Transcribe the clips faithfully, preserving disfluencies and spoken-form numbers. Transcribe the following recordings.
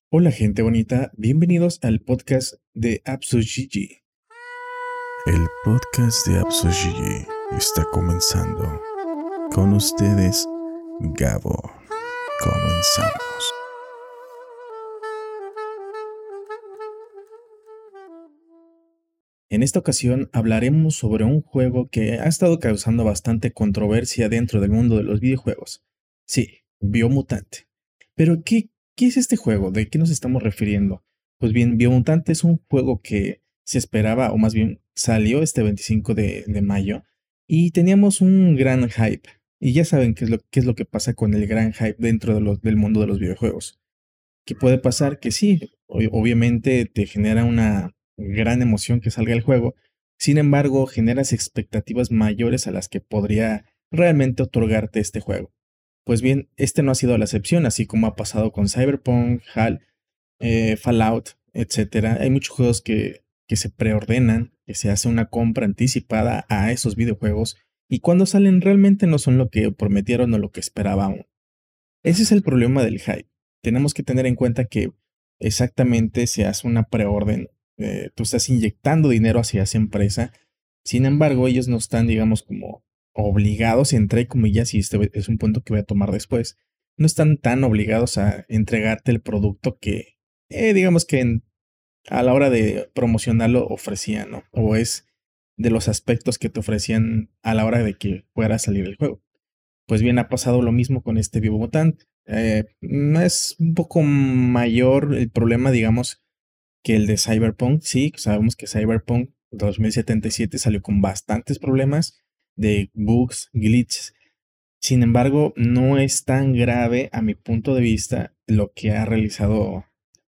Hola gente bonita, bienvenidos al podcast de Apsojiji. El podcast de Apsojiji está comenzando. Con ustedes, Gabo. Comenzamos. En esta ocasión hablaremos sobre un juego que ha estado causando bastante controversia dentro del mundo de los videojuegos. Sí, Biomutante. Pero ¿qué, qué es este juego? ¿De qué nos estamos refiriendo? Pues bien, Biomutante es un juego que se esperaba, o más bien salió este veinticinco de, de mayo, y teníamos un gran hype. Y ya saben qué es lo, qué es lo que pasa con el gran hype dentro de los- del mundo de los videojuegos. Que puede pasar que sí, o- obviamente te genera una gran emoción que salga el juego, sin embargo generas expectativas mayores a las que podría realmente otorgarte este juego. Pues bien, este no ha sido la excepción, así como ha pasado con Cyberpunk, Hal, eh, Fallout, etcétera. Hay muchos juegos que, que se preordenan, que se hace una compra anticipada a esos videojuegos y cuando salen realmente no son lo que prometieron o lo que esperaba uno. Ese es el problema del hype. Tenemos que tener en cuenta que exactamente se hace una preorden. Eh, tú estás inyectando dinero hacia esa empresa. Sin embargo, ellos no están, digamos, como obligados, entre comillas, y este es un punto que voy a tomar después. No están tan obligados a entregarte el producto que, eh, digamos que en- a la hora de promocionarlo ofrecían, ¿no? O es de los aspectos que te ofrecían a la hora de que fuera a salir el juego. Pues bien, ha pasado lo mismo con este Vivo Mutante. Eh, no es un poco mayor el problema, digamos, que el de Cyberpunk. Sí, sabemos que Cyberpunk dos mil setenta y siete salió con bastantes problemas de bugs, glitches. Sin embargo, no es tan grave a mi punto de vista lo que ha realizado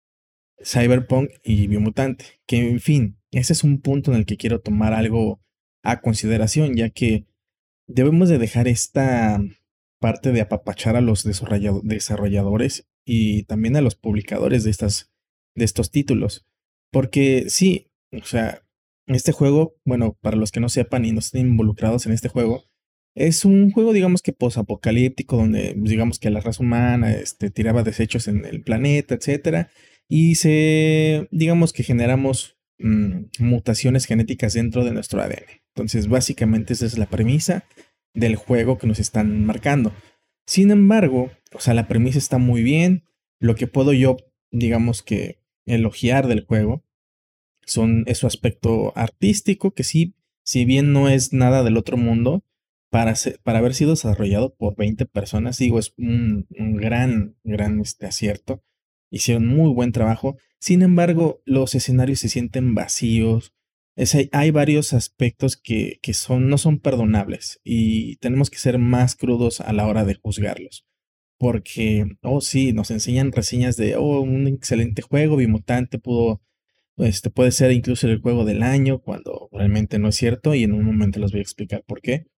Cyberpunk y Biomutante. Que en fin, ese es un punto en el que quiero tomar algo a consideración, ya que debemos de dejar esta parte de apapachar a los desarrollado- desarrolladores y también a los publicadores de, estas, de estos títulos. Porque sí, o sea, este juego, bueno, para los que no sepan y no estén involucrados en este juego, es un juego, digamos que posapocalíptico, donde digamos que la raza humana este, tiraba desechos en el planeta, etcétera, y se, digamos que generamos mm, mutaciones genéticas dentro de nuestro A D N. Entonces, básicamente esa es la premisa del juego que nos están marcando. Sin embargo, o sea, la premisa está muy bien. Lo que puedo yo, digamos que, elogiar del juego son es su aspecto artístico, que sí, si bien no es nada del otro mundo, para, ser- para haber sido desarrollado por veinte personas, digo, es un, un gran, gran este, acierto. Hicieron muy buen trabajo. Sin embargo, los escenarios se sienten vacíos. Es- hay, hay varios aspectos que, que son, no son perdonables y tenemos que ser más crudos a la hora de juzgarlos. Porque, oh sí, nos enseñan reseñas de, oh, un excelente juego, Bimutante pudo este puede ser incluso el juego del año, cuando realmente no es cierto, y en un momento les voy a explicar por qué.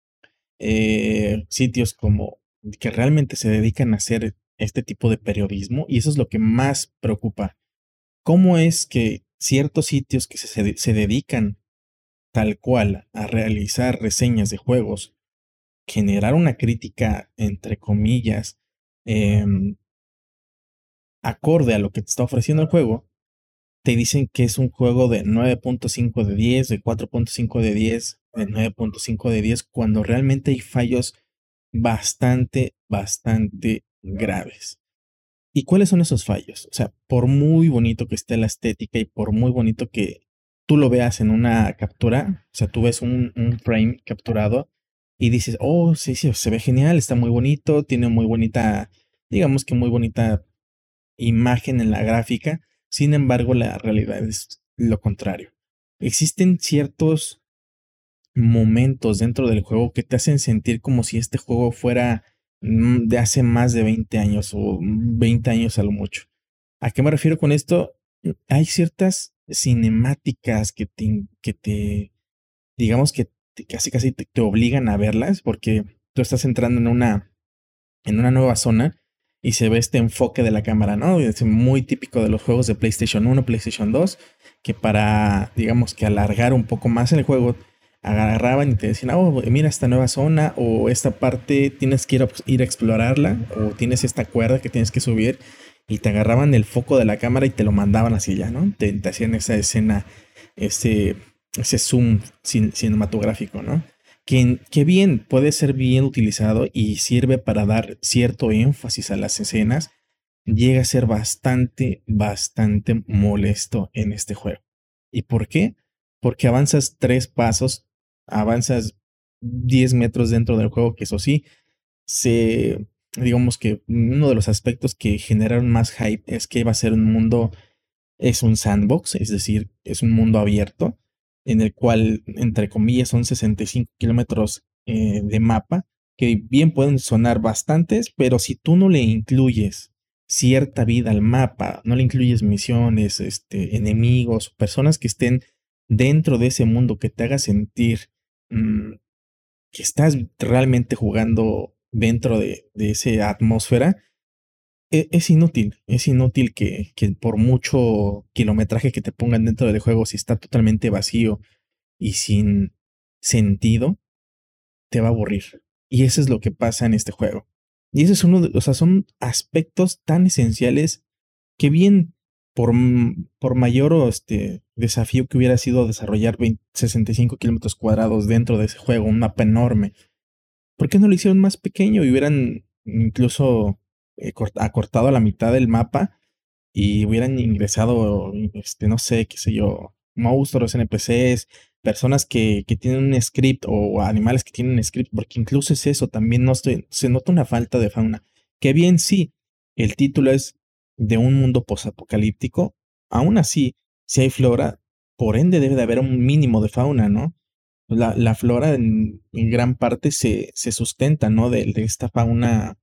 Eh, sitios como que realmente se dedican a hacer este tipo de periodismo, y eso es lo que más preocupa. ¿Cómo es que ciertos sitios que se, se, se dedican tal cual a realizar reseñas de juegos, generar una crítica, entre comillas, em, acorde a lo que te está ofreciendo el juego, te dicen que es un juego de nueve punto cinco de diez, de cuatro punto cinco de diez, de nueve punto cinco de diez, cuando realmente hay fallos bastante, bastante graves. ¿Y cuáles son esos fallos? O sea, por muy bonito que esté la estética y por muy bonito que tú lo veas en una captura, o sea, tú ves un, un frame capturado y dices, oh, sí, sí, se ve genial, está muy bonito, tiene muy bonita, digamos que muy bonita imagen en la gráfica. Sin embargo, la realidad es lo contrario. Existen ciertos momentos dentro del juego que te hacen sentir como si este juego fuera mm, de hace más de veinte años o veinte años a lo mucho. ¿A qué me refiero con esto? Hay ciertas cinemáticas que te, que te digamos que te- casi casi te, te obligan a verlas porque tú estás entrando en una en una nueva zona y se ve este enfoque de la cámara, ¿no? Es muy típico de los juegos de PlayStation uno, PlayStation dos, que para, digamos que alargar un poco más el juego, agarraban y te decían, oh, mira esta nueva zona o esta parte tienes que ir a, ir a explorarla o tienes esta cuerda que tienes que subir y te agarraban el foco de la cámara y te lo mandaban hacia allá, ¿no? Te, te hacían esa escena, ese, ese zoom cin- cinematográfico, ¿no? Que, que bien puede ser bien utilizado y sirve para dar cierto énfasis a las escenas, llega a ser bastante, bastante molesto en este juego. ¿Y por qué? Porque avanzas tres pasos, avanzas diez metros dentro del juego, que eso sí, se, digamos que uno de los aspectos que generaron más hype es que va a ser un mundo, es un sandbox, es decir, es un mundo abierto en el cual, entre comillas, son sesenta y cinco kilómetros eh, de mapa, que bien pueden sonar bastantes, pero si tú no le incluyes cierta vida al mapa, no le incluyes misiones, este, enemigos, personas que estén dentro de ese mundo que te haga sentir mmm, que estás realmente jugando dentro de, de esa atmósfera, e- es inútil. Es inútil que, que por mucho kilometraje que te pongan dentro del juego, si está totalmente vacío y sin sentido, te va a aburrir. Y eso es lo que pasa en este juego. Y ese es uno de, o sea, son aspectos tan esenciales que bien por, m- por mayor o este desafío que hubiera sido desarrollar veinte sesenta y cinco kilómetros cuadrados dentro de ese juego, un mapa enorme, ¿por qué no lo hicieron más pequeño y hubieran incluso eh, cort- acortado a la mitad del mapa y hubieran ingresado, este, no sé, qué sé yo, monstruos, N P Cs, personas que, que tienen un script o animales que tienen un script, porque incluso es eso, también no estoy, se nota una falta de fauna. Que bien sí, el título es de un mundo posapocalíptico, aún así, si hay flora, por ende debe de haber un mínimo de fauna, ¿no? La, la flora en, en gran parte se, se sustenta, ¿no? De, de esta fauna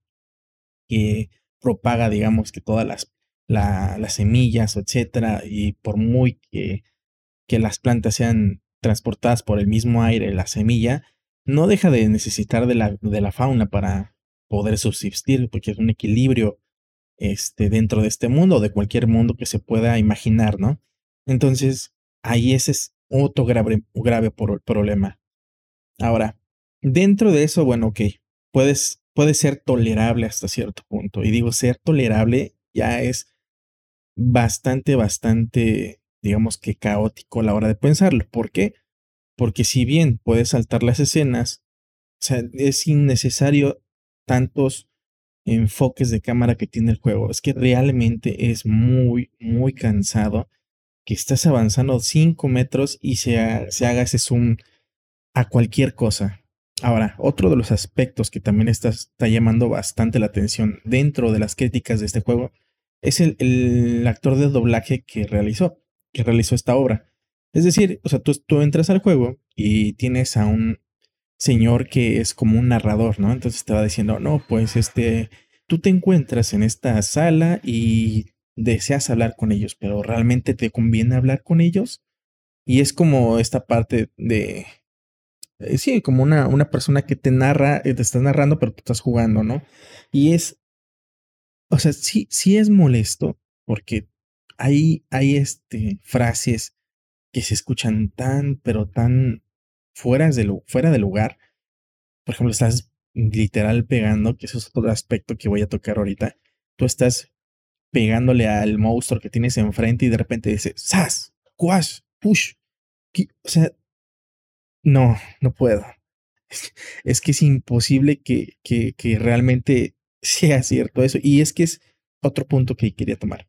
que propaga, digamos, que todas las, la- las semillas, etcétera, y por muy que, que las plantas sean transportadas por el mismo aire, la semilla, no deja de necesitar de la, de la fauna para poder subsistir, porque es un equilibrio este, dentro de este mundo, de cualquier mundo que se pueda imaginar, ¿no? Entonces, ahí ese es otro grave, grave por- problema. Ahora, dentro de eso, bueno, ok, puedes, puede ser tolerable hasta cierto punto. Y digo, ser tolerable ya es bastante, bastante, digamos que caótico a la hora de pensarlo. ¿Por qué? Porque si bien puedes saltar las escenas, o sea, es innecesario tantos enfoques de cámara que tiene el juego. Es que realmente es muy, muy cansado que estás avanzando cinco metros y se, ha- se haga ese zoom a cualquier cosa. Ahora, otro de los aspectos que también está, está llamando bastante la atención dentro de las críticas de este juego es el, el actor de doblaje que realizó, que realizó esta obra. Es decir, o sea, tú, tú entras al juego y tienes a un señor que es como un narrador, ¿no? Entonces te va diciendo, no, pues este, tú te encuentras en esta sala y deseas hablar con ellos, pero ¿realmente te conviene hablar con ellos? Y es como esta parte de, eh, sí, como una, una persona que te narra, eh, te está narrando, pero tú estás jugando, ¿no? Y es, o sea, sí, sí es molesto porque hay, hay este, frases que se escuchan tan, pero tan fuera de, lu- fuera de lugar. Por ejemplo, estás literal pegando, que eso es otro aspecto que voy a tocar ahorita. Tú estás pegándole al monstruo que tienes enfrente y de repente dice, ¡Sas! ¡Quash! ¡Push! ¿Qué? O sea, no, no puedo. Es que es imposible que, que, que realmente sea cierto eso. Y es que es otro punto que quería tomar.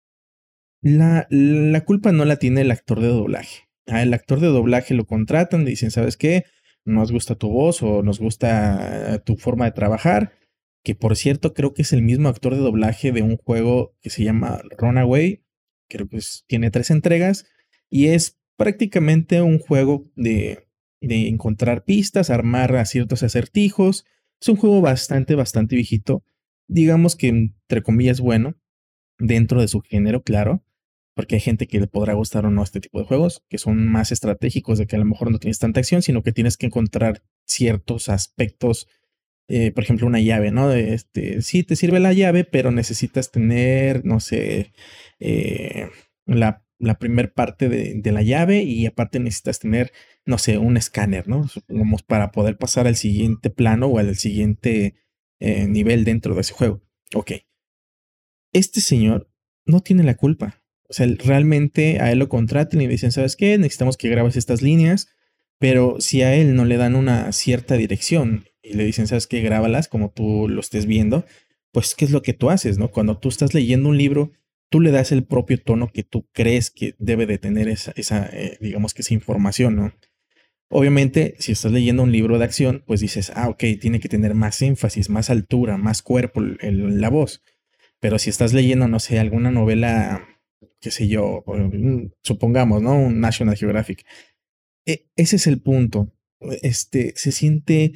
La, la culpa no la tiene el actor de doblaje. Ah, el actor de doblaje lo contratan, dicen, ¿sabes qué? Nos gusta tu voz o nos gusta tu forma de trabajar. Que por cierto, creo que es el mismo actor de doblaje de un juego que se llama Runaway. Creo que es- tiene tres entregas. Y es prácticamente un juego de, de encontrar pistas, armar a ciertos acertijos. Es un juego bastante, bastante viejito. Digamos que entre comillas bueno dentro de su género, claro, porque hay gente que le podrá gustar o no este tipo de juegos, que son más estratégicos, de que a lo mejor no tienes tanta acción, sino que tienes que encontrar ciertos aspectos, eh, por ejemplo, una llave, ¿no? De Este, sí, te sirve la llave, pero necesitas tener, no sé, eh, la, la primer parte de, de la llave y aparte necesitas tener, no sé, un escáner, ¿no? Supongamos para poder pasar al siguiente plano o al siguiente eh, nivel dentro de ese juego. Ok. Este señor no tiene la culpa. O sea, realmente a él lo contratan y le dicen, ¿sabes qué? Necesitamos que grabes estas líneas, pero si a él no le dan una cierta dirección y le dicen, ¿sabes qué? Grábalas como tú lo estés viendo, pues, ¿qué es lo que tú haces, no? Cuando tú estás leyendo un libro, tú le das el propio tono que tú crees que debe de tener esa, esa eh, digamos que esa información, ¿no? Obviamente, si estás leyendo un libro de acción, pues dices, ah, ok, tiene que tener más énfasis, más altura, más cuerpo el- el- la voz. Pero si estás leyendo, no sé, alguna novela, qué sé yo, mm, supongamos, ¿no? Un National Geographic. E- ese es el punto. Este, se siente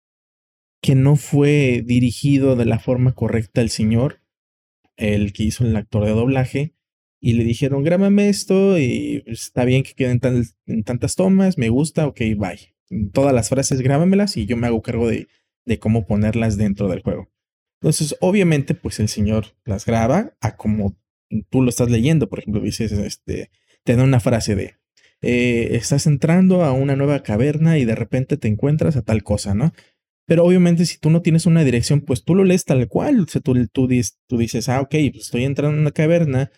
que no fue dirigido de la forma correcta el señor, el que hizo el actor de doblaje, y le dijeron, grábame esto y está bien que queden tan- en tantas tomas, me gusta, ok, bye. Todas las frases grábamelas y yo me hago cargo de, de cómo ponerlas dentro del juego. Entonces, obviamente, pues el señor las graba a como tú lo estás leyendo. Por ejemplo, dices, este, te da una frase de, eh, estás entrando a una nueva caverna y de repente te encuentras a tal cosa, ¿no? Pero obviamente si tú no tienes una dirección, pues tú lo lees tal cual. O sea, tú, tú, dis- tú dices, ah, ok, pues estoy entrando en una caverna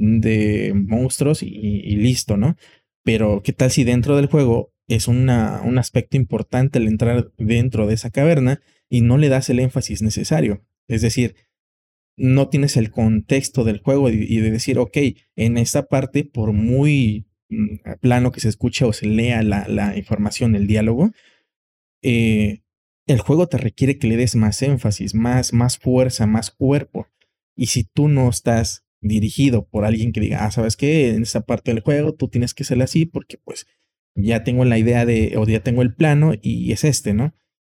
de monstruos y, y listo, ¿no? Pero ¿qué tal si dentro del juego es una, un aspecto importante el entrar dentro de esa caverna y no le das el énfasis necesario? Es decir, no tienes el contexto del juego y, y de decir, ok, en esta parte, por muy mm, plano que se escuche o se lea la, la información, el diálogo, eh, el juego te requiere que le des más énfasis, más, más fuerza, más cuerpo. Y si tú no estás dirigido por alguien que diga, ah, ¿sabes qué? En esta parte del juego tú tienes que ser así porque pues ya tengo la idea de, o ya tengo el plano y es este, ¿no?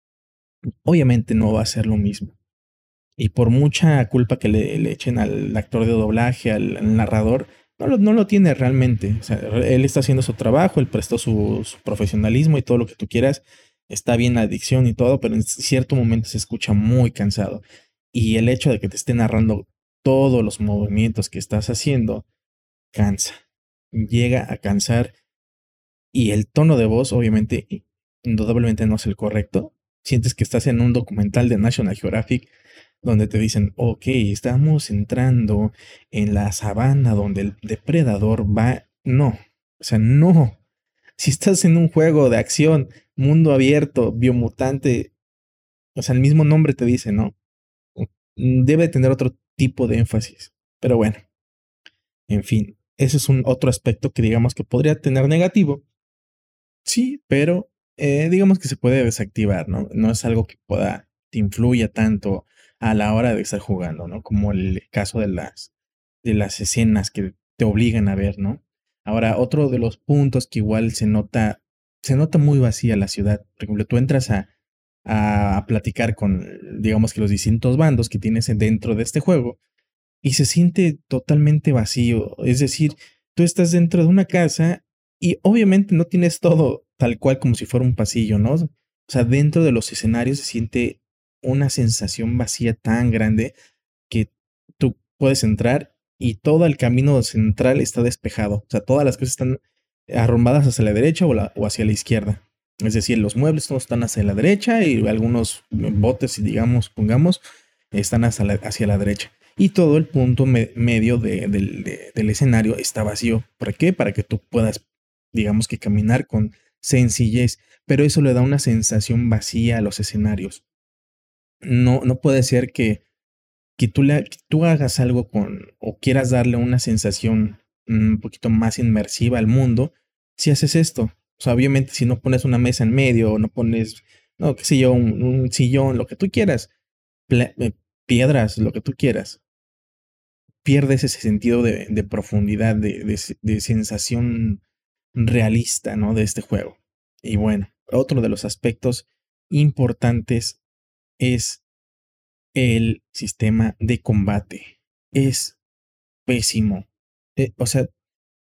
Obviamente no va a ser lo mismo. Y por mucha culpa que le, le echen al actor de doblaje, al, al narrador, no lo, no lo tiene realmente. O sea, él está haciendo su trabajo, él prestó su, su profesionalismo y todo lo que tú quieras. Está bien la adicción y todo, pero en cierto momento se escucha muy cansado. Y el hecho de que te esté narrando todos los movimientos que estás haciendo, cansa. Llega a cansar y el tono de voz, obviamente, indudablemente no es el correcto. Sientes que estás en un documental de National Geographic donde te dicen, ok, estamos entrando en la sabana donde el depredador va. No, o sea, no. Si estás en un juego de acción, mundo abierto, biomutante, o sea, el mismo nombre te dice, ¿no? Debe tener otro tipo de énfasis. Pero bueno, en fin, ese es un otro aspecto que digamos que podría tener negativo. Sí, pero eh, digamos que se puede desactivar, ¿no? No es algo que pueda, te influya tanto a la hora de estar jugando, ¿no? Como el caso de las, de las escenas que te obligan a ver, ¿no? Ahora, otro de los puntos que igual se nota, se nota muy vacía la ciudad. Por ejemplo, tú entras a, a platicar con, digamos que los distintos bandos que tienes dentro de este juego y se siente totalmente vacío. Es decir, tú estás dentro de una casa y obviamente no tienes todo tal cual como si fuera un pasillo, ¿no? O sea, dentro de los escenarios se siente una sensación vacía tan grande que tú puedes entrar y todo el camino central está despejado. O sea, todas las cosas están arrumbadas hacia la derecha o, la, o hacia la izquierda. Es decir, los muebles todos están hacia la derecha y algunos botes, digamos, pongamos, están hacia la, hacia la derecha. Y todo el punto me, medio de, de, de, del escenario está vacío. ¿Para qué? Para que tú puedas, digamos que caminar con sencillez. Pero eso le da una sensación vacía a los escenarios. No, no puede ser que que tú, le, que tú hagas algo con o quieras darle una sensación un poquito más inmersiva al mundo, si haces esto. O sea, obviamente si no pones una mesa en medio o no pones, no, qué sé yo, un, un sillón, lo que tú quieras, pla- eh, piedras, lo que tú quieras, pierdes ese sentido de, de profundidad, de, de, de sensación realista, ¿no? De este juego. Y bueno, otro de los aspectos importantes es el sistema de combate. Es pésimo. Eh, o sea,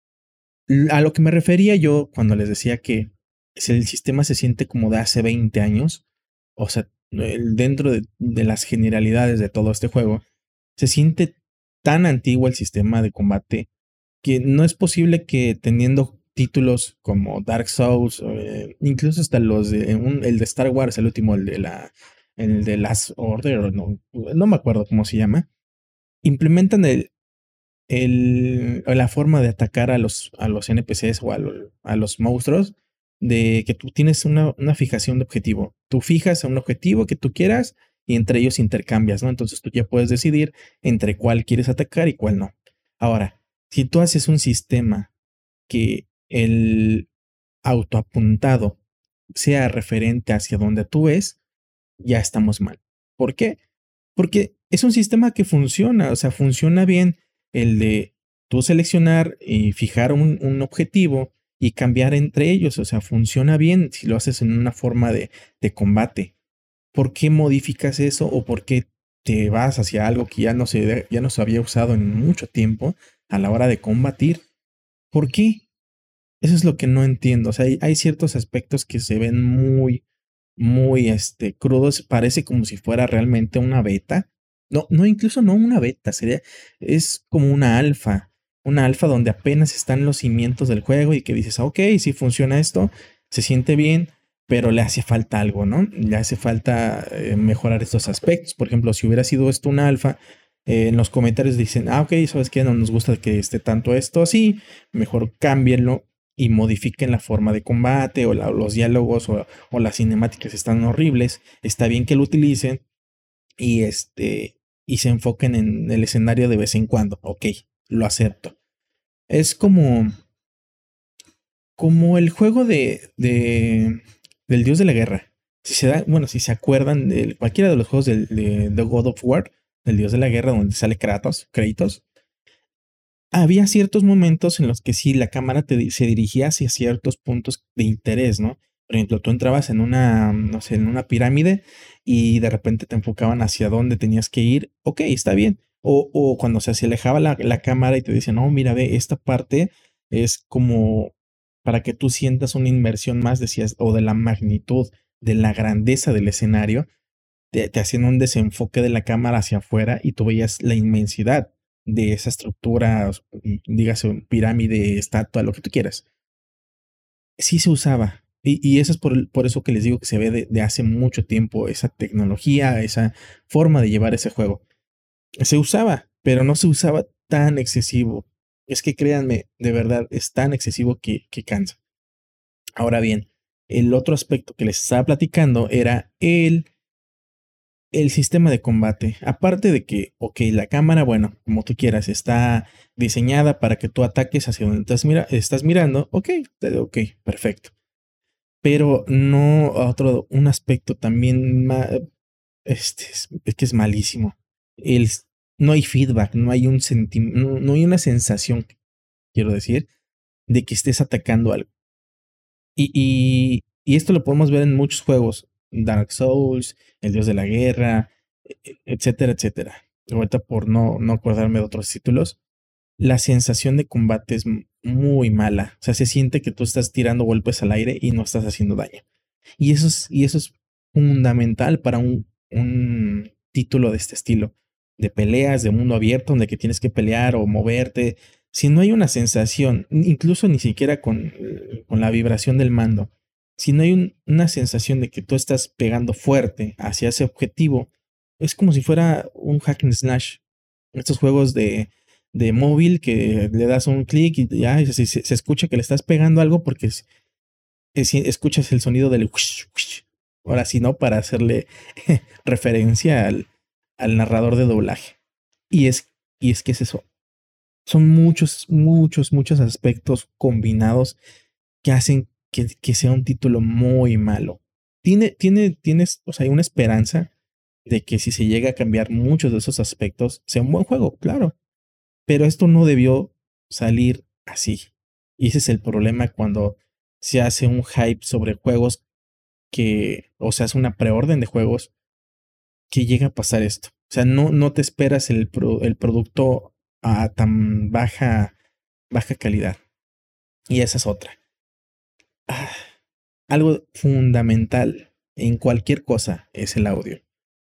a lo que me refería yo cuando les decía que si el sistema se siente como de hace veinte años, o sea, el- dentro de, de las generalidades de todo este juego, se siente tan antiguo el sistema de combate que no es posible que teniendo títulos como Dark Souls, eh, incluso hasta los de un- el de Star Wars, el último, el de la, el de Last Order, no, no me acuerdo cómo se llama, implementan el, el, la forma de atacar a los, a los N P Cs o a, lo, a los monstruos, de que tú tienes una, una fijación de objetivo. Tú fijas a un objetivo que tú quieras y entre ellos intercambias, ¿no? Entonces tú ya puedes decidir entre cuál quieres atacar y cuál no. Ahora, si tú haces un sistema que el autoapuntado sea referente hacia donde tú ves, ya estamos mal. ¿Por qué? Porque es un sistema que funciona, o sea, funciona bien el de tú seleccionar y fijar un, un objetivo y cambiar entre ellos, o sea, funciona bien si lo haces en una forma de, de combate. ¿Por qué modificas eso o por qué te vas hacia algo que ya no, se, ya no se había usado en mucho tiempo a la hora de combatir? ¿Por qué? Eso es lo que no entiendo. O sea, hay, hay ciertos aspectos que se ven muy, muy este, crudos. Parece como si fuera realmente una beta. No, no, incluso no una beta. Sería, es como una alfa. Una alfa donde apenas están los cimientos del juego y que dices, ok, si funciona esto, se siente bien, pero le hace falta algo, ¿no? Le hace falta eh, mejorar estos aspectos. Por ejemplo, si hubiera sido esto una alfa, eh, en los comentarios dicen, ah, ok, ¿sabes qué? No nos gusta que esté tanto esto así, mejor cámbienlo y modifiquen la forma de combate o la, los diálogos o, o las cinemáticas están horribles. Está bien que lo utilicen y este y se enfoquen en el escenario de vez en cuando. Ok, lo acepto. Es como como el juego de, de del dios de la guerra. Si se da, bueno, si se acuerdan de cualquiera de los juegos de, de, de God of War, del dios de la guerra, donde sale Kratos, Kratos, había ciertos momentos en los que sí la cámara te, se dirigía hacia ciertos puntos de interés, ¿no? Por ejemplo, tú entrabas en una, no sé, en una pirámide y de repente te enfocaban hacia dónde tenías que ir. Ok, está bien. O, o cuando se alejaba la, la cámara y te dicen, no, mira, ve, esta parte es como para que tú sientas una inmersión más, decías, o de la magnitud, de la grandeza del escenario, te, te hacían un desenfoque de la cámara hacia afuera y tú veías la inmensidad de esa estructura, dígase pirámide, estatua, lo que tú quieras. Sí se usaba. Y, y eso es por, por eso que les digo que se ve de, de hace mucho tiempo esa tecnología, esa forma de llevar ese juego. Se usaba, pero no se usaba tan excesivo. Es que créanme, de verdad, es tan excesivo que, que cansa. Ahora bien, el otro aspecto que les estaba platicando era el el sistema de combate. Aparte de que, ok, la cámara, bueno, como tú quieras, está diseñada para que tú ataques hacia donde estás, mira estás mirando. Ok, ok, perfecto. Pero no otro, un aspecto también ma, este, es, es que es malísimo. El, no hay feedback, no hay un sentimiento, no, no hay una sensación, quiero decir, de que estés atacando algo. Y, y, y esto lo podemos ver en muchos juegos. Dark Souls, El Dios de la Guerra, etcétera, etcétera. Ahorita por no, no acordarme de otros títulos, la sensación de combate es muy mala. O sea, se siente que tú estás tirando golpes al aire y no estás haciendo daño. Y eso es, y eso es fundamental para un, un título de este estilo. De peleas, de mundo abierto, donde que tienes que pelear o moverte. Si no hay una sensación, incluso ni siquiera con, con la vibración del mando, si no hay un, una sensación de que tú estás pegando fuerte hacia ese objetivo, es como si fuera un hack and slash. Estos juegos de, de móvil que le das un clic y ya se, se, se escucha que le estás pegando algo porque es, es, escuchas el sonido del whoosh, whoosh. Ahora sí, ¿no? Para hacerle referencia al, al narrador de doblaje. Y es, y es que es eso. Son muchos, muchos, muchos aspectos combinados que hacen que, que sea un título muy malo. Tiene, tiene, tienes, o sea, hay una esperanza de que si se llega a cambiar muchos de esos aspectos, sea un buen juego, claro. Pero esto no debió salir así. Y ese es el problema cuando se hace un hype sobre juegos que, o se hace una preorden de juegos que llega a pasar esto. O sea, no, no te esperas el, pro, el producto a tan baja, baja calidad. Y esa es otra. Ah, algo fundamental en cualquier cosa es el audio.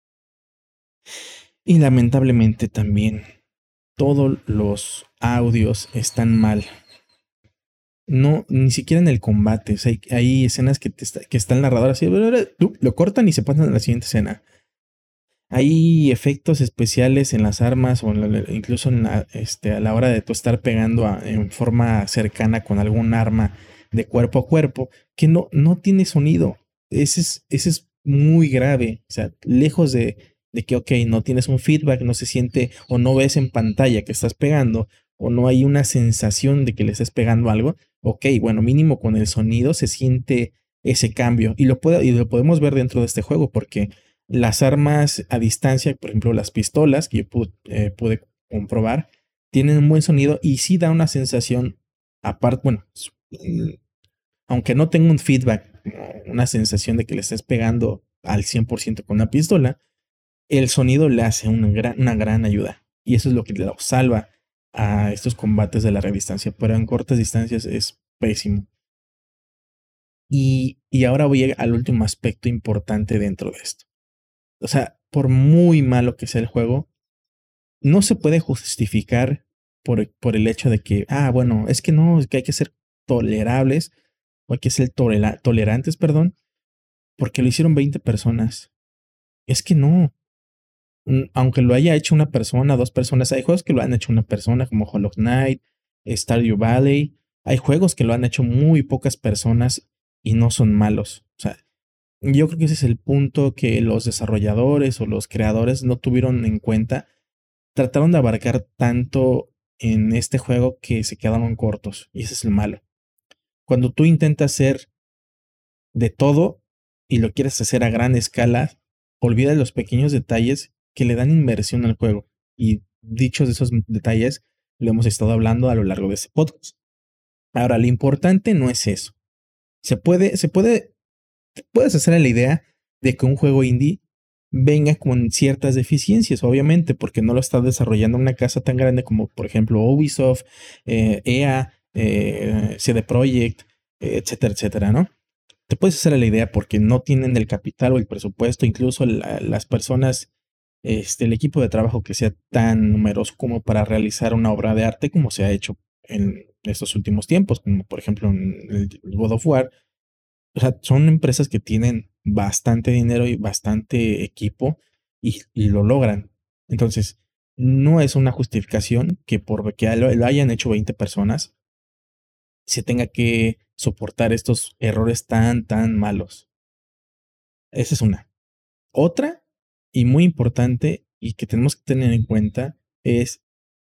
Y lamentablemente también todos los audios están mal. No, ni siquiera en el combate. O sea, hay, hay escenas que, te está, que está el narrador así, lo cortan y se pasan a la siguiente escena. Hay efectos especiales en las armas o en la- incluso en la, este, a la hora de tú estar pegando a- en forma cercana con algún arma de cuerpo a cuerpo que no, no tiene sonido. Ese es, ese es muy grave. O sea, lejos de, de que, ok, no tienes un feedback, no se siente o no ves en pantalla que estás pegando o no hay una sensación de que le estés pegando algo. Ok, bueno, mínimo con el sonido se siente ese cambio y lo, puede, y lo podemos ver dentro de este juego porque las armas a distancia, por ejemplo, las pistolas que yo pude, eh, pude comprobar, tienen un buen sonido y sí da una sensación, aparte, bueno, mm, aunque no tenga un feedback, una sensación de que le estés pegando al cien por ciento con una pistola, el sonido le hace una gran, una gran ayuda. Y eso es lo que lo salva a estos combates de larga distancia, pero en cortas distancias es pésimo. Y, y ahora voy al último aspecto importante dentro de esto. O sea, por muy malo que sea el juego, no se puede justificar por, por el hecho de que, ah, bueno, es que no, es que hay que ser tolerables o hay que ser tolera- tolerantes, perdón, porque lo hicieron veinte personas. Es que no. Mm, Aunque lo haya hecho una persona, dos personas, hay juegos que lo han hecho una persona, como Hollow Knight, Stardew Valley. Hay juegos que lo han hecho muy pocas personas y no son malos. O sea, yo creo que ese es el punto que los desarrolladores o los creadores no tuvieron en cuenta. Trataron de abarcar tanto en este juego que se quedaron cortos. Y ese es el malo. Cuando tú intentas hacer de todo y lo quieres hacer a gran escala, olvida los pequeños detalles que le dan inmersión al juego. Y dichos de esos detalles, lo hemos estado hablando a lo largo de este podcast. Ahora, lo importante no es eso. Se puede, se puede, puedes hacer la idea de que un juego indie venga con ciertas deficiencias, obviamente, porque no lo está desarrollando una casa tan grande como, por ejemplo, Ubisoft, eh, E A, eh, C D Projekt, eh, etcétera, etcétera, ¿no? Te puedes hacer la idea porque no tienen el capital o el presupuesto, incluso la- las personas, este, el equipo de trabajo que sea tan numeroso como para realizar una obra de arte como se ha hecho en estos últimos tiempos, como por ejemplo en el God of War. O sea, son empresas que tienen bastante dinero y bastante equipo y, y lo logran. Entonces, no es una justificación que por que lo, lo hayan hecho veinte personas se tenga que soportar estos errores tan, tan malos. Esa es una. Otra, y muy importante, y que tenemos que tener en cuenta, es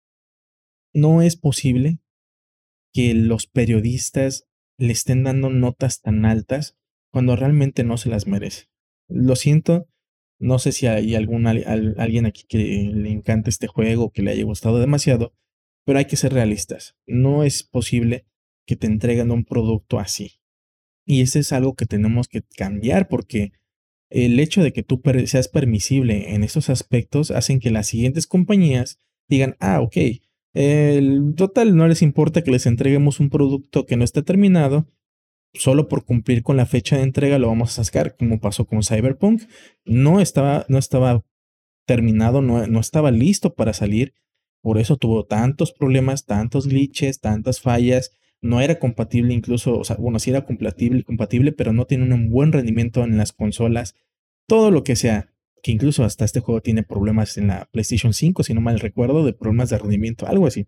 no es posible que los periodistas le estén dando notas tan altas cuando realmente no se las merece. Lo siento, no sé si hay algún, al- al- alguien aquí que le encante este juego, que le haya gustado demasiado, pero hay que ser realistas. No es posible que te entreguen un producto así. Y ese es algo que tenemos que cambiar porque el hecho de que tú per- seas permisible en esos aspectos hacen que las siguientes compañías digan, ah, ok, el total no les importa que les entreguemos un producto que no está terminado, solo por cumplir con la fecha de entrega lo vamos a sacar, como pasó con Cyberpunk. No estaba, no estaba terminado, no, no estaba listo para salir. Por eso tuvo tantos problemas, tantos glitches, tantas fallas. No era compatible incluso, o sea, bueno, sí era compatible, compatible, pero no tiene un buen rendimiento en las consolas. Todo lo que sea, que incluso hasta este juego tiene problemas en la PlayStation cinco, si no mal recuerdo, de problemas de rendimiento, algo así.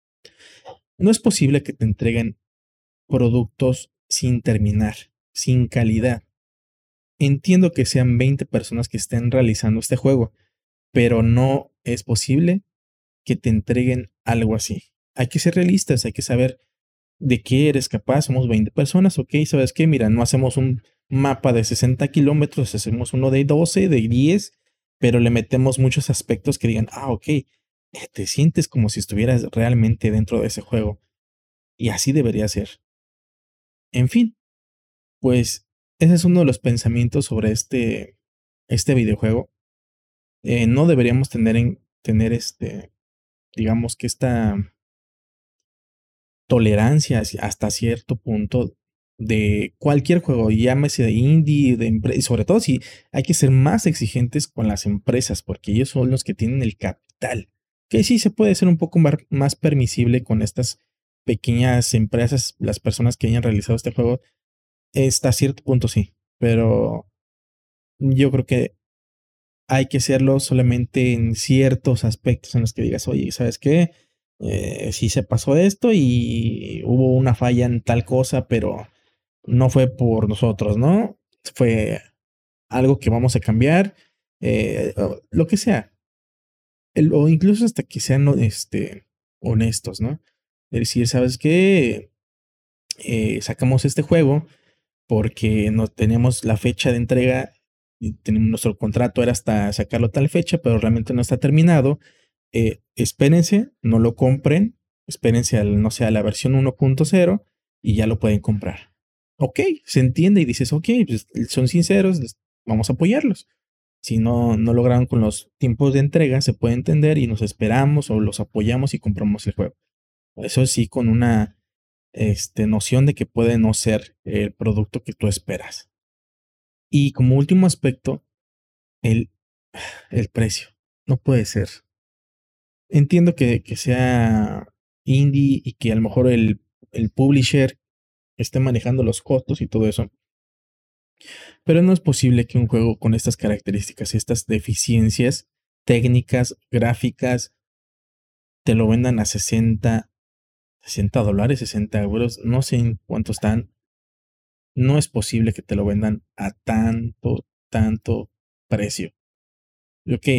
No es posible que te entreguen productos sin terminar, sin calidad. Entiendo que sean veinte personas que estén realizando este juego, pero no es posible que te entreguen algo así. Hay que ser realistas, hay que saber de qué eres capaz. Somos veinte personas, ok, ¿sabes qué? Mira, no hacemos un mapa de sesenta kilómetros, hacemos uno de doce, de diez, pero le metemos muchos aspectos que digan, ah, ok, eh, te sientes como si estuvieras realmente dentro de ese juego. Y así debería ser. En fin, pues ese es uno de los pensamientos sobre este, este videojuego. Eh, no deberíamos tener en, tener este, digamos que esta tolerancia hacia- hasta cierto punto de cualquier juego, llámese de indie, de empre- y sobre todo si hay que ser más exigentes con las empresas, porque ellos son los que tienen el capital. Que sí se puede ser un poco mar- más permisible con estas pequeñas empresas, las personas que hayan realizado este juego, hasta cierto punto sí, pero yo creo que hay que hacerlo solamente en ciertos aspectos en los que digas, oye, ¿sabes qué? Eh, sí se pasó esto y hubo una falla en tal cosa, pero no fue por nosotros, ¿no? Fue algo que vamos a cambiar, eh, o lo que sea. El- o incluso hasta que sean ¿no? este, honestos, ¿no? Es decir, ¿sabes qué? Eh, sacamos este juego porque no tenemos la fecha de entrega y tenemos nuestro contrato era hasta sacarlo tal fecha, pero realmente no está terminado. Eh, espérense, no lo compren, espérense al, no sé, a la versión uno punto cero y ya lo pueden comprar. Ok, se entiende y dices, ok, pues son sinceros, les- vamos a apoyarlos. Si no, no lograron con los tiempos de entrega, se puede entender y nos esperamos o los apoyamos y compramos el juego. Eso sí, con una este, noción de que puede no ser el producto que tú esperas. Y como último aspecto, el, el precio. No puede ser. Entiendo que, que sea indie y que a lo mejor el, el publisher esté manejando los costos y todo eso, pero no es posible que un juego con estas características y estas deficiencias técnicas, gráficas, te lo vendan a sesenta sesenta dólares, sesenta euros, no sé en cuánto están. No es posible que te lo vendan a tanto, tanto precio. Ok,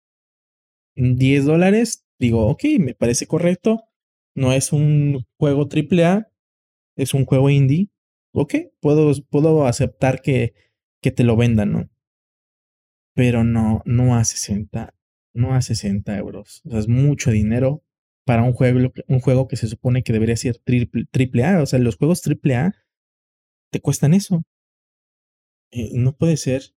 diez dólares, digo, ok, me parece correcto. No es un juego triple A, es un juego indie. Ok, puedo, puedo aceptar que, que te lo vendan, ¿no? Pero no, no a sesenta, no a sesenta euros. O sea, es mucho dinero para un juego, un juego que se supone que debería ser triple, triple A. O sea, los juegos triple A te cuestan eso. Eh, no puede ser.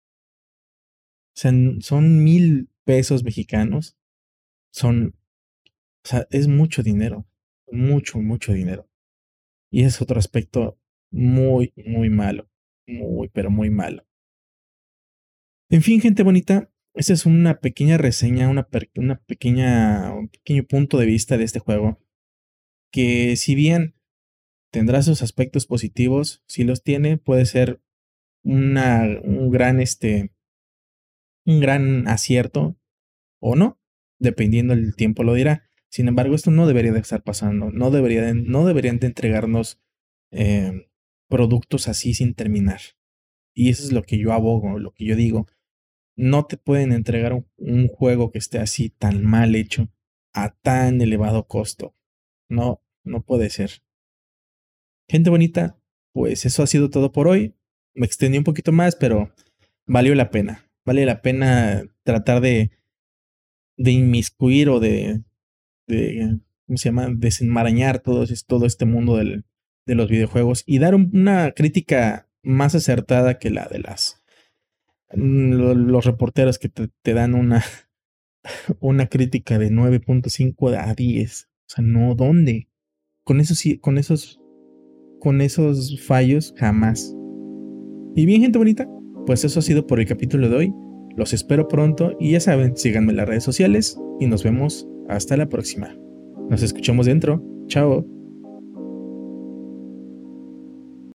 O sea, son mil pesos mexicanos. Son, o sea, es mucho dinero. Mucho, mucho dinero. Y es otro aspecto muy, muy malo. Muy, pero muy malo. En fin, gente bonita, esta es una pequeña reseña, una, per- una pequeña, un pequeño punto de vista de este juego. Que si bien tendrá sus aspectos positivos, si los tiene, puede ser una, un gran, este, un gran acierto o no, dependiendo el tiempo lo dirá. Sin embargo, esto no debería de estar pasando, no, debería de- no deberían de entregarnos eh, productos así sin terminar. Y eso es lo que yo abogo, lo que yo digo. No te pueden entregar un, un juego que esté así tan mal hecho a tan elevado costo. No, no puede ser. Gente bonita, pues eso ha sido todo por hoy. Me extendí un poquito más, pero valió la pena. Vale la pena tratar de, de inmiscuir o de de, ¿cómo se llama? Desenmarañar todo, es- todo este mundo del, de los videojuegos y dar un- una crítica más acertada que la de las mm, lo- los reporteros que te, te dan una, una crítica de nueve punto cinco a diez. O sea, no, ¿dónde? Con esos, sí- con esos, con esos fallos, jamás. Y bien, gente bonita, pues eso ha sido por el capítulo de hoy. Los espero pronto y ya saben, síganme en las redes sociales y nos vemos hasta la próxima. Nos escuchamos dentro. Chao.